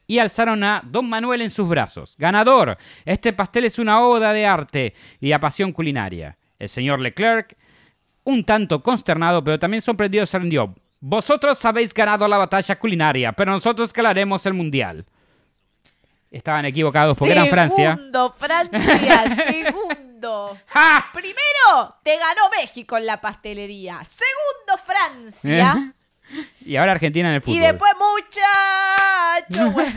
y alzaron a Don Manuel en sus brazos. ¡Ganador! Este pastel es una oda de arte y a pasión culinaria. El señor Leclerc, un tanto consternado, pero también sorprendido, se rindió. Vosotros habéis ganado la batalla culinaria, pero nosotros ganaremos el mundial. Estaban equivocados porque eran Francia. Segundo. ¡Ja! Primero, te ganó México en la pastelería. Segundo, Francia. Y ahora Argentina en el fútbol. Y después, muchachos. Bueno.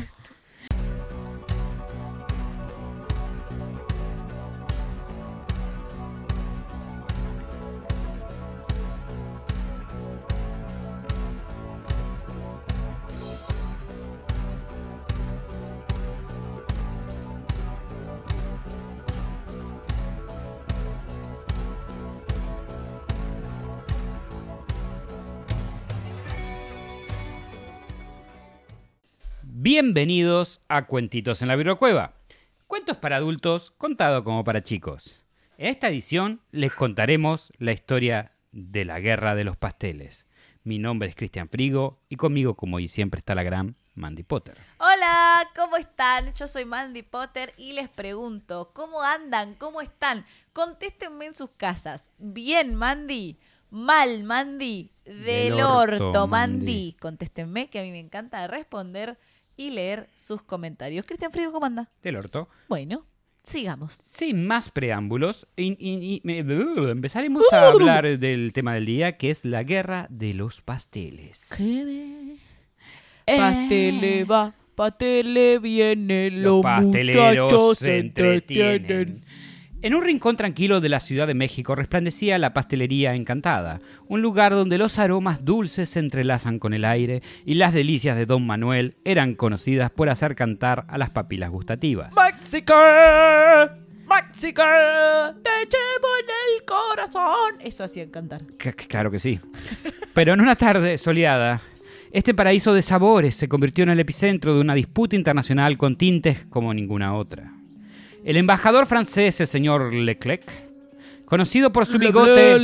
Bienvenidos a Cuentitos en la Bibliocueva. Cuentos para adultos, contado como para chicos. En esta edición les contaremos la historia de la Guerra de los Pasteles. Mi nombre es Cristian Frigo y conmigo, como hoy siempre, está la gran Mandy Potter. Hola, ¿cómo están? Yo soy Mandy Potter y les pregunto, ¿cómo andan? ¿Cómo están? Contéstenme en sus casas. ¿Bien, Mandy? ¿Mal, Mandy? Del orto, Mandy. Contéstenme, que a mí me encanta responder y leer sus comentarios. Cristian Frigo, ¿cómo anda? Del orto. Bueno, sigamos. Sin más preámbulos, empezaremos a hablar del tema del día, que es la Guerra de los Pasteles. Pastele va, pastele viene, Los los pasteleros muchachos se entretienen. En un rincón tranquilo de la Ciudad de México resplandecía la Pastelería Encantada, un lugar donde los aromas dulces se entrelazan con el aire y las delicias de Don Manuel eran conocidas por hacer cantar a las papilas gustativas. México, México, te llevo en el corazón. Eso hacían cantar. Claro que sí. Pero en una tarde soleada, este paraíso de sabores se convirtió en el epicentro de una disputa internacional con tintes como ninguna otra. El embajador francés, el señor Leclerc, conocido por su bigote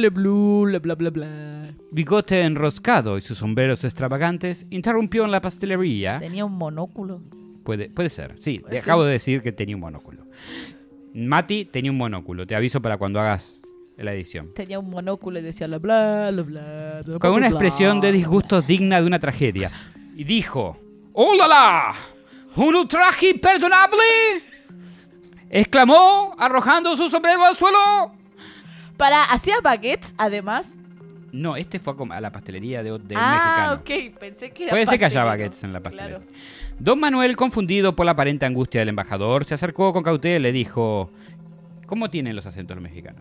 enroscado y sus sombreros extravagantes, interrumpió en la pastelería. Tenía un monóculo. Puede ser, sí, acabo de decir que tenía un monóculo. Mati tenía un monóculo, te aviso para cuando hagas la edición. Tenía un monóculo y decía bla, bla, bla, bla. Con una expresión de disgusto digna de una tragedia. Y dijo: ¡Hola! ¿Un ultraje imperdonable?, exclamó, arrojando su sombrero al suelo. ¿Hacía baguettes, además? No, este fue a la pastelería de mexicano. Ah, ok, pensé que era Puede ser que haya pastelero. baguettes en la pastelería. Claro. Don Manuel, confundido por la aparente angustia del embajador, se acercó con cautela y le dijo: ¿Cómo tienen los acentos los mexicanos?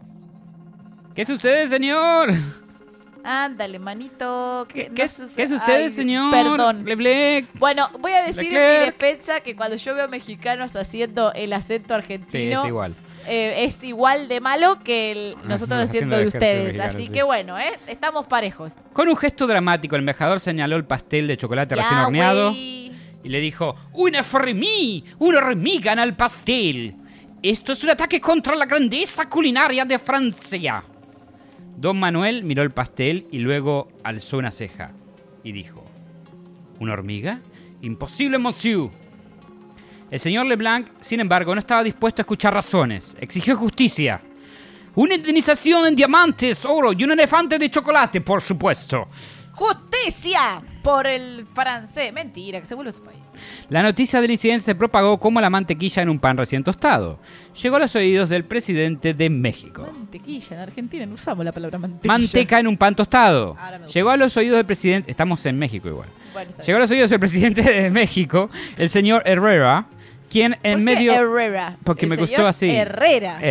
¿Qué sucede, señor? Ándale, manito. ¿Qué sucede, Ay, señor? Perdón. Leclerc. Bueno, voy a decir en Leclerc. mi defensa que cuando yo veo mexicanos haciendo el acento Sí, argentino, es igual. es igual de malo que nosotros haciendo de ustedes. Así que bueno, estamos parejos. Con un gesto dramático, el embajador señaló el pastel de chocolate recién horneado y le dijo: ¡Una hormiga en el pastel! Esto es un ataque contra la grandeza culinaria de Francia. Don Manuel miró el pastel y luego alzó una ceja y dijo: ¿Una hormiga? ¡Imposible, monsieur! El señor Leblanc, sin embargo, no estaba dispuesto a escuchar razones. Exigió justicia. Una indemnización en diamantes, oro y un elefante de chocolate, por supuesto. ¡Justicia! Por el francés. Mentira, que se vuelve a su país. La noticia del incidente se propagó como la mantequilla en un pan recién tostado. Llegó a los oídos del presidente de México. Mantequilla, en Argentina no usamos la palabra mantequilla. Manteca en un pan tostado. Ahora me gusta. Llegó a los oídos del presidente... Estamos en México igual. Bueno, está Llegó a los oídos del presidente de México, el señor Herrera, quien en ¿Por qué medio... Herrera? Porque El me gustó señor así. Herrera.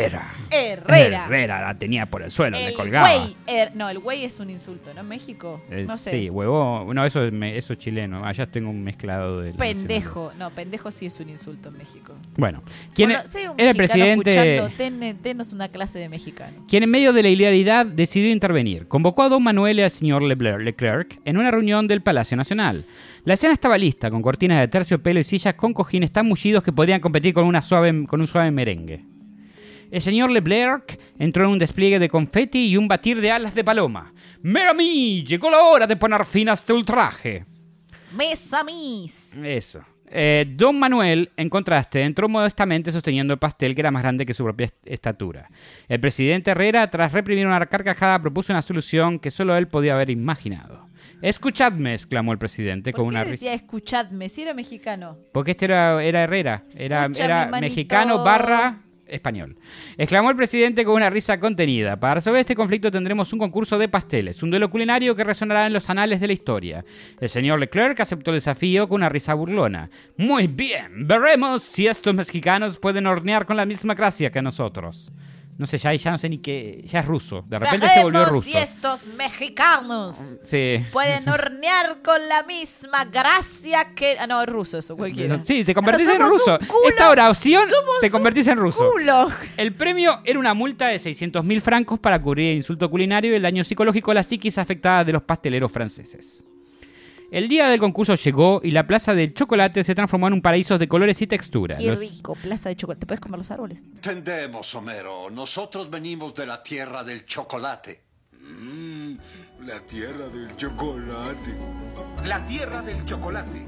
Herrera la tenía por el suelo, le El colgaba. güey. No, el güey es un insulto, ¿no? En México. No sé. Sí, huevo. No, eso es chileno. Allá tengo un mezclado de... Pendejo. No, pendejo sí es un insulto en México. Bueno, quien Bueno, si hay un era el mexicano presidente... escuchando, denos una clase de mexicano. Quien en medio de la hilaridad decidió intervenir. Convocó a Don Manuel y al señor Leclerc en una reunión del Palacio Nacional. La escena estaba lista, con cortinas de terciopelo y sillas con cojines tan mullidos que podrían competir con un suave merengue. El señor Leclerc entró en un despliegue de confeti y un batir de alas de paloma. ¡Mira a mí! Llegó la hora de poner fin a este ultraje. Mes a mis. Eso. Don Manuel, en contraste, entró modestamente sosteniendo el pastel que era más grande que su propia estatura. El presidente Herrera, tras reprimir una carcajada, propuso una solución que solo él podía haber imaginado. «Escuchadme», exclamó el presidente con una risa. ¿Por qué decía escuchadme? Si era mexicano. Porque este era Herrera. Era mexicano / español. Exclamó el presidente con una risa contenida. Para resolver este conflicto tendremos un concurso de pasteles, un duelo culinario que resonará en los anales de la historia. El señor Leclerc aceptó el desafío con una risa burlona. «Muy bien, veremos si estos mexicanos pueden hornear con la misma gracia que nosotros». No sé, ya no sé ni qué. Ya es ruso. De repente se volvió ruso. Si estos mexicanos pueden hornear con la misma gracia que. Ah, no, es ruso eso, cualquiera. Sí, te convertís en ruso. Esta oración te convertís en ruso. Culo. El premio era una multa de 600.000 francos para cubrir el insulto culinario y el daño psicológico a la psiquis afectada de los pasteleros franceses. El día del concurso llegó y la Plaza del Chocolate se transformó en un paraíso de colores y texturas. Qué rico, Plaza de Chocolate. ¿Te puedes comer los árboles? Entendemos, Homero. Nosotros venimos de la tierra del chocolate. La tierra del chocolate. La tierra del chocolate.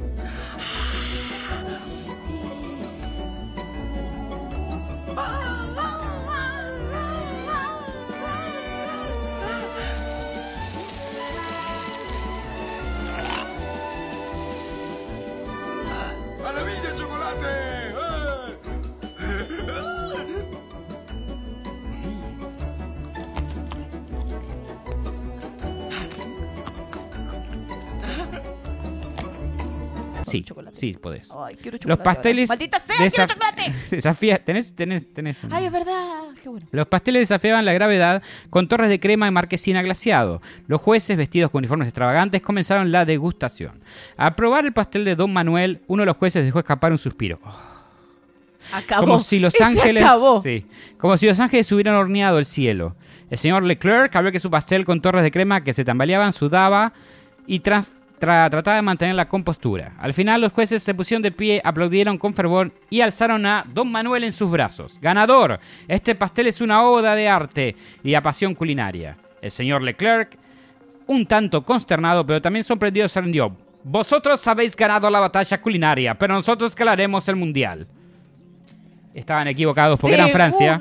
¡A la Villa Chocolate! Sí, sí, podés. Ay, quiero chocolate. Los pasteles... ¡Maldita sea, quiero chocolate! Tenés. Ay, es verdad. Qué bueno. Los pasteles desafiaban la gravedad con torres de crema y marquesina glaseado. Los jueces, vestidos con uniformes extravagantes, comenzaron la degustación. Al probar el pastel de Don Manuel, uno de los jueces dejó escapar un suspiro. Acabó. Como si los ángeles... acabó. Sí, como si los ángeles hubieran horneado el cielo. El señor Leclerc, al ver que su pastel con torres de crema que se tambaleaban, sudaba y trataba de mantener la compostura. Al final los jueces se pusieron de pie, aplaudieron con fervor y alzaron a Don Manuel en sus brazos. ¡Ganador! Este pastel es una oda de arte y a pasión culinaria. El señor Leclerc, un tanto consternado pero también sorprendido, se rindió. Vosotros habéis ganado la batalla culinaria, pero nosotros ganaremos el mundial. Estaban equivocados porque eran Francia.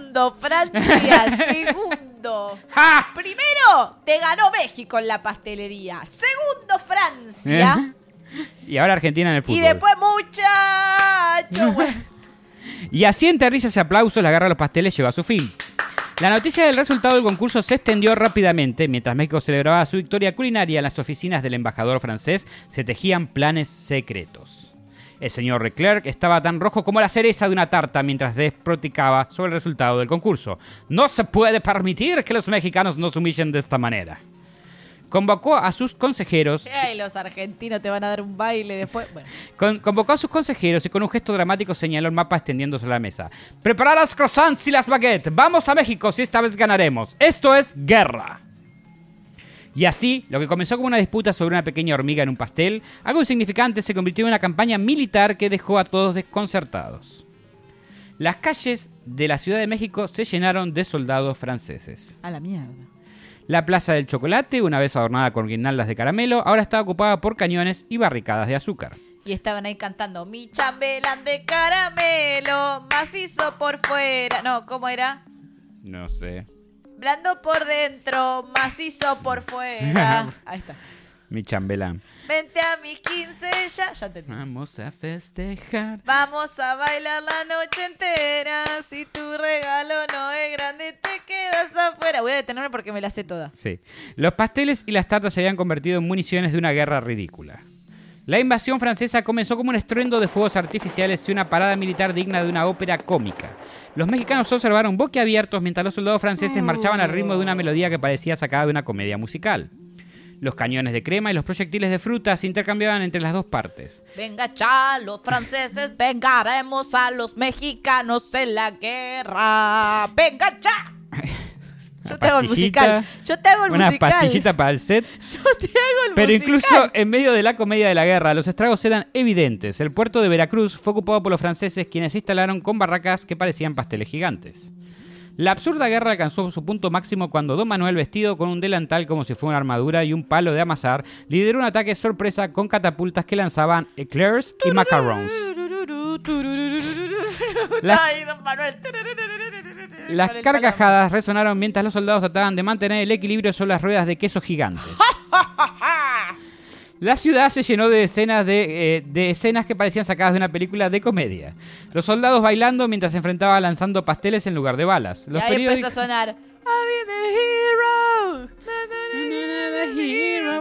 Segundo. ¡Ja! Primero, te ganó México en la pastelería. Segundo, Francia. Y ahora Argentina en el fútbol. Y después, muchachos. Y así entre risas y aplausos, la guerra de los pasteles llegó a su fin. La noticia del resultado del concurso se extendió rápidamente. Mientras México celebraba su victoria culinaria, en las oficinas del embajador francés se tejían planes secretos. El señor Leclerc estaba tan rojo como la cereza de una tarta mientras despotricaba sobre el resultado del concurso. No se puede permitir que los mexicanos nos humillen de esta manera. Convocó a sus consejeros... Ay, los argentinos te van a dar un baile después. Bueno. Convocó a sus consejeros y con un gesto dramático señaló el mapa extendiéndose a la mesa. ¡Preparad las croissants y las baguettes! ¡Vamos a México si esta vez ganaremos! ¡Esto es guerra! Y así, lo que comenzó como una disputa sobre una pequeña hormiga en un pastel, algo insignificante, se convirtió en una campaña militar que dejó a todos desconcertados. Las calles de la Ciudad de México se llenaron de soldados franceses. A la mierda. La Plaza del Chocolate, una vez adornada con guirnaldas de caramelo, ahora estaba ocupada por cañones y barricadas de azúcar. Y estaban ahí cantando, mi chambelán de caramelo, macizo por fuera. No, ¿cómo era? No sé. Blando por dentro, macizo por fuera. Ahí está. Mi chambelán. Vente a mis 15 ya entendí. Vamos a festejar. Vamos a bailar la noche entera. Si tu regalo no es grande, te quedas afuera. Voy a detenerme porque me la sé toda. Sí. Los pasteles y las tartas se habían convertido en municiones de una guerra ridícula. La invasión francesa comenzó como un estruendo de fuegos artificiales y una parada militar digna de una ópera cómica. Los mexicanos observaron boquiabiertos mientras los soldados franceses marchaban al ritmo de una melodía que parecía sacada de una comedia musical. Los cañones de crema y los proyectiles de fruta se intercambiaban entre las dos partes. Venga ya, los franceses, vengaremos a los mexicanos en la guerra. Venga ya. Yo te hago el musical. Una pastillita para el set. Yo te hago el Pero musical. incluso en medio de la comedia de la guerra, los estragos eran evidentes. El puerto de Veracruz fue ocupado por los franceses, quienes se instalaron con barracas que parecían pasteles gigantes. La absurda guerra alcanzó su punto máximo cuando Don Manuel, vestido con un delantal como si fuera una armadura y un palo de amasar, lideró un ataque sorpresa con catapultas que lanzaban eclairs y macarons. Las carcajadas resonaron mientras los soldados trataban de mantener el equilibrio sobre las ruedas de queso gigante. La ciudad se llenó de escenas que parecían sacadas de una película de comedia. Los soldados bailando mientras se enfrentaban lanzando pasteles en lugar de balas. Y ahí empezó a sonar I'll be the hero.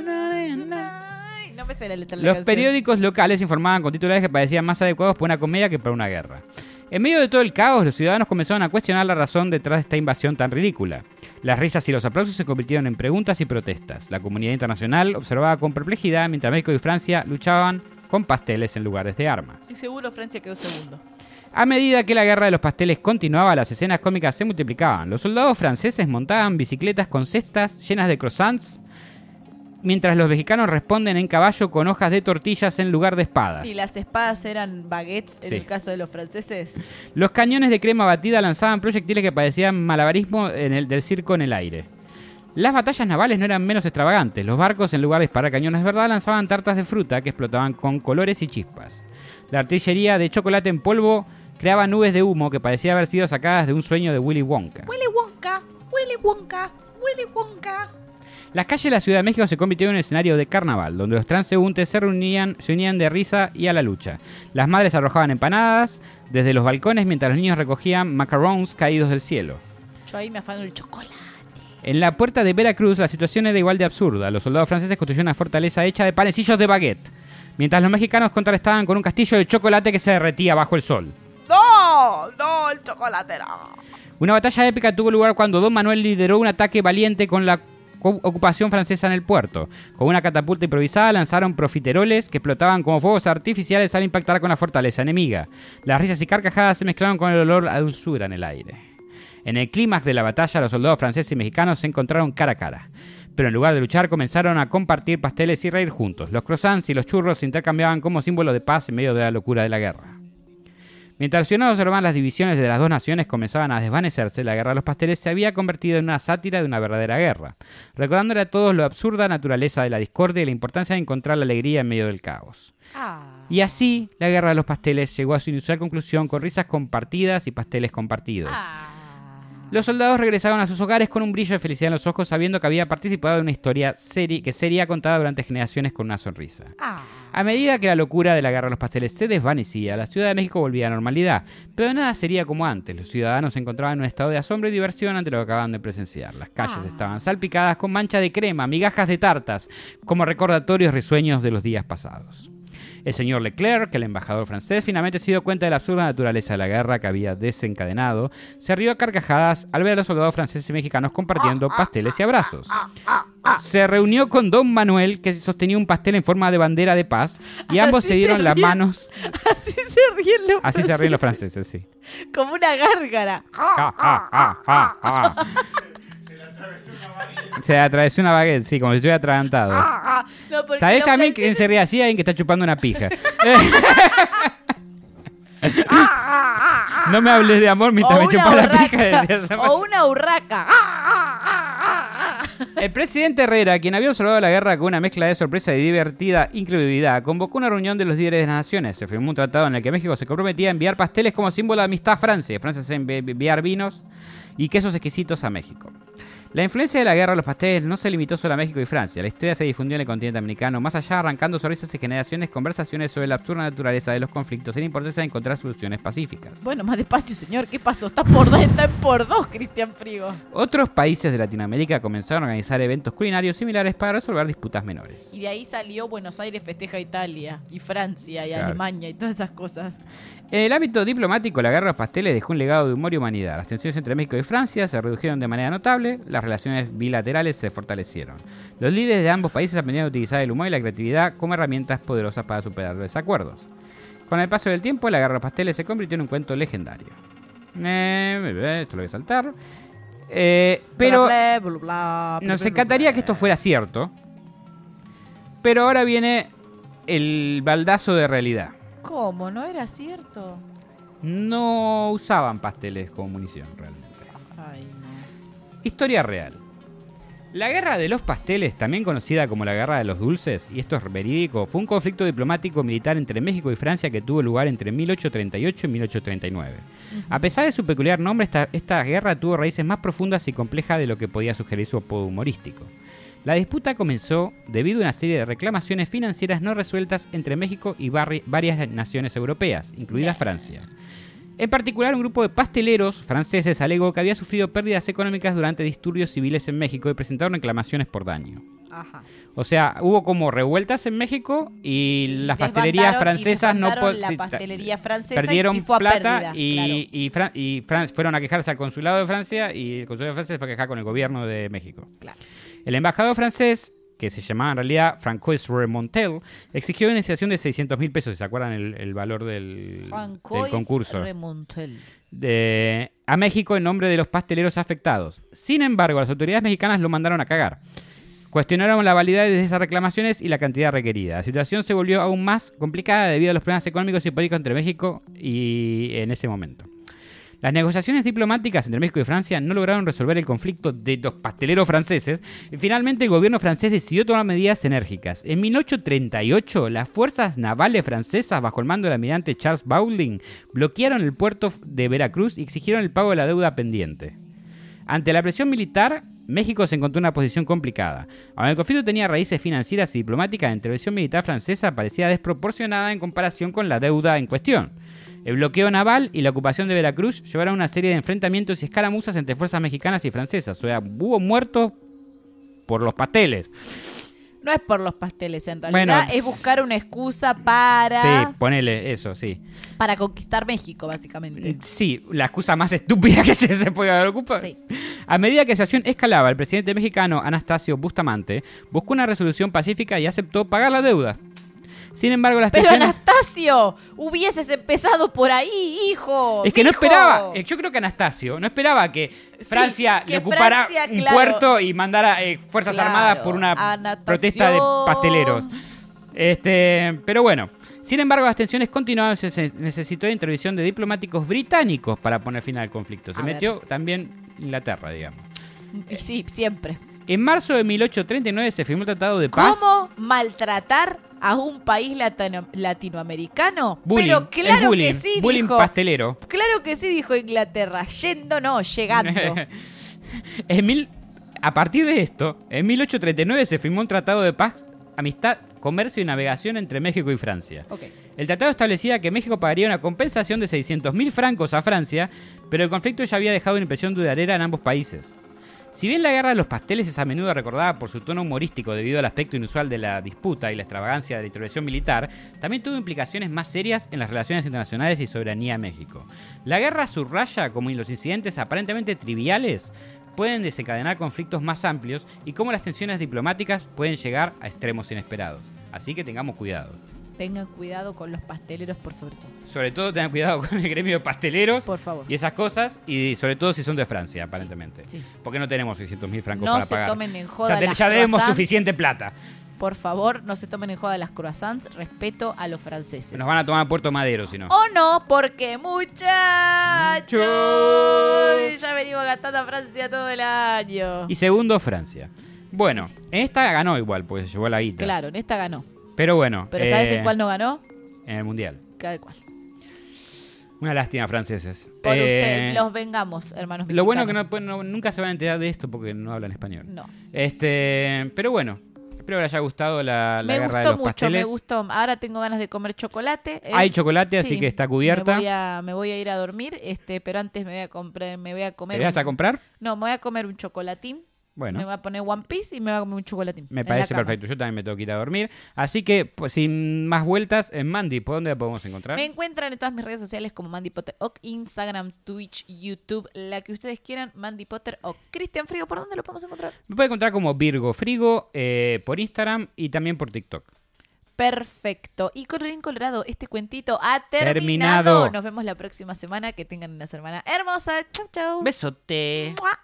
No me sé la letra de la Los canción. periódicos locales informaban con titulares que parecían más adecuados para una comedia que para una guerra. En medio de todo el caos, los ciudadanos comenzaron a cuestionar la razón detrás de esta invasión tan ridícula. Las risas y los aplausos se convirtieron en preguntas y protestas. La comunidad internacional observaba con perplejidad mientras México y Francia luchaban con pasteles en lugares de armas. Y seguro Francia quedó segundo. A medida que la guerra de los pasteles continuaba, las escenas cómicas se multiplicaban. Los soldados franceses montaban bicicletas con cestas llenas de croissants, mientras los mexicanos responden en caballo con hojas de tortillas en lugar de espadas. ¿Y las espadas eran baguettes en Sí. el caso de los franceses? Los cañones de crema batida lanzaban proyectiles que parecían malabarismo del circo en el aire. Las batallas navales no eran menos extravagantes. Los barcos, en lugar de disparar cañones de verdad, lanzaban tartas de fruta que explotaban con colores y chispas. La artillería de chocolate en polvo creaba nubes de humo que parecía haber sido sacadas de un sueño de Willy Wonka. Willy Wonka, Willy Wonka, Willy Wonka. Las calles de la Ciudad de México se convirtieron en un escenario de carnaval, donde los transeúntes se unían de risa y a la lucha. Las madres arrojaban empanadas desde los balcones mientras los niños recogían macarons caídos del cielo. Yo ahí me afano el chocolate. En la puerta de Veracruz la situación era igual de absurda. Los soldados franceses construyeron una fortaleza hecha de panecillos de baguette, mientras los mexicanos contrarrestaban con un castillo de chocolate que se derretía bajo el sol. No, el chocolate no. Una batalla épica tuvo lugar cuando Don Manuel lideró un ataque valiente con la ocupación francesa en el puerto. Con una catapulta improvisada lanzaron profiteroles que explotaban como fuegos artificiales al impactar con la fortaleza enemiga. Las risas y carcajadas se mezclaron con el olor a dulzura en el aire. En el clímax de la batalla, los soldados franceses y mexicanos se encontraron cara a cara. Pero en lugar de luchar, comenzaron a compartir pasteles y reír juntos. Los croissants y los churros se intercambiaban como símbolo de paz en medio de la locura de la guerra. Mientras los ciudadanos observaban las divisiones de las dos naciones comenzaban a desvanecerse, la guerra de los pasteles se había convertido en una sátira de una verdadera guerra, recordándole a todos la absurda naturaleza de la discordia y la importancia de encontrar la alegría en medio del caos. Y así, la guerra de los pasteles llegó a su inusual conclusión con risas compartidas y pasteles compartidos. Los soldados regresaron a sus hogares con un brillo de felicidad en los ojos, sabiendo que había participado en una historia que sería contada durante generaciones con una sonrisa. A medida que la locura de la guerra de los pasteles se desvanecía, la Ciudad de México volvía a la normalidad, pero nada sería como antes. Los ciudadanos se encontraban en un estado de asombro y diversión ante lo que acababan de presenciar. Las calles estaban salpicadas con mancha de crema, migajas de tartas, como recordatorios risueños de los días pasados. El señor Leclerc, el embajador francés, finalmente se dio cuenta de la absurda naturaleza de la guerra que había desencadenado. Se rió a carcajadas al ver a los soldados franceses y mexicanos compartiendo pasteles y abrazos. Se reunió con Don Manuel, que sostenía un pastel en forma de bandera de paz, y ambos se dieron las manos. Así se ríen los Así se ríen los franceses, sí. Como una gárgara. Ja, ja, ja, ja, ja. Se atravesó una baguette, sí, como si estuviera atragantado. No, porque ¿Sabés los también quién franceses- se ríe así? Alguien que está chupando una pija. No me hables de amor mientras O me una chupas la urraca, pija. decía o una urraca. El presidente Herrera, quien había observado la guerra con una mezcla de sorpresa y divertida incredulidad, convocó una reunión de los líderes de las naciones. Se firmó un tratado en el que México se comprometía a enviar pasteles como símbolo de amistad a Francia. Francia se enviar vinos y quesos exquisitos a México. La influencia de la guerra de los pasteles no se limitó solo a México y Francia. La historia se difundió en el continente americano, más allá arrancando sonrisas y generaciones conversaciones sobre la absurda naturaleza de los conflictos y la importancia de encontrar soluciones pacíficas. Bueno, más despacio, señor. ¿Qué pasó? Está en por dos, Cristian Frigo. Otros países de Latinoamérica comenzaron a organizar eventos culinarios similares para resolver disputas menores. Y de ahí salió Buenos Aires festeja Italia, y Francia, y Claro. Alemania, y todas esas cosas. En el ámbito diplomático, la guerra de los pasteles dejó un legado de humor y humanidad. Las tensiones entre México y Francia se redujeron de manera notable, las relaciones bilaterales se fortalecieron. Los líderes de ambos países aprendieron a utilizar el humor y la creatividad como herramientas poderosas para superar los desacuerdos. Con el paso del tiempo, la guerra de los pasteles se convirtió en un cuento legendario. Esto lo voy a saltar. Pero Bla, bla, bla, bla, nos bla, encantaría bla. que esto fuera cierto. Pero ahora viene el baldazo de realidad. ¿Cómo? ¿No era cierto? No usaban pasteles como munición realmente. Ay, no. Historia real. La Guerra de los Pasteles, también conocida como la Guerra de los Dulces, y esto es verídico, fue un conflicto diplomático militar entre México y Francia que tuvo lugar entre 1838 y 1839. A pesar de su peculiar nombre, esta guerra tuvo raíces más profundas y complejas de lo que podía sugerir su apodo humorístico. La disputa comenzó debido a una serie de reclamaciones financieras no resueltas entre México y varias naciones europeas, incluida Francia. En particular, un grupo de pasteleros franceses alegó que había sufrido pérdidas económicas durante disturbios civiles en México y presentaron reclamaciones por daño. Ajá. O sea, hubo como revueltas en México y las pastelerías francesas perdieron plata y fueron a quejarse al consulado de Francia y el consulado de Francia se fue a quejar con el gobierno de México. Claro. El embajador francés, que se llamaba en realidad Francois Remontel, exigió una iniciación de 600,000 pesos, si se acuerdan el valor del concurso, a México en nombre de los pasteleros afectados. Sin embargo, las autoridades mexicanas lo mandaron a cagar. Cuestionaron la validez de esas reclamaciones y la cantidad requerida. La situación se volvió aún más complicada debido a los problemas económicos y políticos entre México y en ese momento. Las negociaciones diplomáticas entre México y Francia no lograron resolver el conflicto de los pasteleros franceses y finalmente el gobierno francés decidió tomar medidas enérgicas. En 1838, las fuerzas navales francesas bajo el mando del almirante Charles Baulding bloquearon el puerto de Veracruz y exigieron el pago de la deuda pendiente. Ante la presión militar, México se encontró en una posición complicada. Aunque el conflicto tenía raíces financieras y diplomáticas, la intervención militar francesa parecía desproporcionada en comparación con la deuda en cuestión. El bloqueo naval y la ocupación de Veracruz llevaron a una serie de enfrentamientos y escaramuzas entre fuerzas mexicanas y francesas. O sea, hubo muertos por los pasteles. No es por los pasteles, en realidad es buscar una excusa para... Sí, ponele eso, sí. Para conquistar México, básicamente. Sí, la excusa más estúpida que se puede haber ocupado. Sí. A medida que la situación escalaba, el presidente mexicano Anastasio Bustamante buscó una resolución pacífica y aceptó pagar la deuda. Sin embargo, las tensiones... ¡Pero Anastasio! ¡Hubieses empezado por ahí, hijo! Es que no esperaba... Yo creo que Anastasio no esperaba que Francia le ocupara un puerto y mandara fuerzas armadas por una protesta de pasteleros. Pero bueno... Sin embargo, las tensiones continuaron y se necesitó la intervención de diplomáticos británicos para poner fin al conflicto. Se metió también Inglaterra, digamos. Sí, siempre. En marzo de 1839 se firmó el Tratado de Paz. ¿Cómo maltratar a un país latinoamericano? Bullying, pero claro que sí, bullying dijo. Pastelero. Claro que sí, dijo Inglaterra. Yendo no, llegando. A partir de esto, en 1839 se firmó un Tratado de Paz, Amistad, Comercio y Navegación entre México y Francia. Okay. El tratado establecía que México pagaría una compensación de 600,000 francos a Francia, pero el conflicto ya había dejado una impresión duradera en ambos países. Si bien la Guerra de los Pasteles es a menudo recordada por su tono humorístico debido al aspecto inusual de la disputa y la extravagancia de la intervención militar, también tuvo implicaciones más serias en las relaciones internacionales y soberanía de México. La guerra subraya cómo los incidentes aparentemente triviales pueden desencadenar conflictos más amplios y cómo las tensiones diplomáticas pueden llegar a extremos inesperados. Así que tengamos cuidado. Tengan cuidado con los pasteleros por sobre todo. Sobre todo tengan cuidado con el gremio de pasteleros. Por favor. Y esas cosas. Y sobre todo si son de Francia, aparentemente. Sí. Porque no tenemos 600,000 francos no para pagar. No se tomen en joda ya debemos suficiente plata. Por favor, no se tomen en joda las croissants. Respeto a los franceses. Nos van a tomar a Puerto Madero, si no. O no, porque muchachos, ya venimos gastando a Francia todo el año. Y segundo, Francia. Bueno, en esta ganó igual, porque se llevó la guita. Claro, en esta ganó. Pero bueno. ¿Pero sabes en cuál no ganó? En el Mundial. ¿Cada cuál? Una lástima, franceses. Por usted, los vengamos, hermanos mexicanos. Lo bueno es que nunca se van a enterar de esto porque no hablan español. No. Pero bueno, espero que les haya gustado la guerra de los pasteles. Me gustó. Ahora tengo ganas de comer chocolate. Hay chocolate, así que está cubierta. Me voy a ir a dormir, pero antes me voy a comer. ¿Te vas a comprar? No, me voy a comer un chocolatín. Bueno. Me voy a poner One Piece y me voy a comer un chocolatín. Me parece perfecto. Yo también me tengo que ir a dormir. Así que, pues, sin más vueltas, en Mandy, ¿por dónde la podemos encontrar? Me encuentran en todas mis redes sociales como Mandy Potter Oc, Instagram, Twitch, YouTube, la que ustedes quieran, Mandy Potter Oc. Cristian Frigo, ¿por dónde lo podemos encontrar? Me puede encontrar como Virgo Frigo por Instagram y también por TikTok. Perfecto. Y colorín colorado, este cuentito ha terminado. Nos vemos la próxima semana. Que tengan una semana hermosa. Chau, chau. Besote. ¡Mua!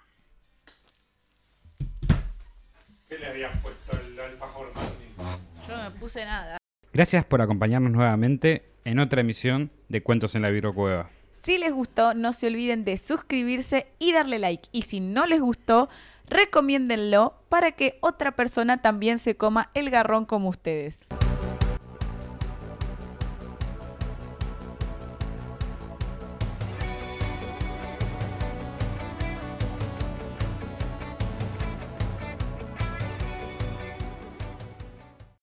¿Qué le habían puesto el alfajor Mandy? Yo no me puse nada. Gracias por acompañarnos nuevamente en otra emisión de Cuentos en la Virocueva. Si les gustó, no se olviden de suscribirse y darle like. Y si no les gustó, recomiéndenlo para que otra persona también se coma el garrón como ustedes.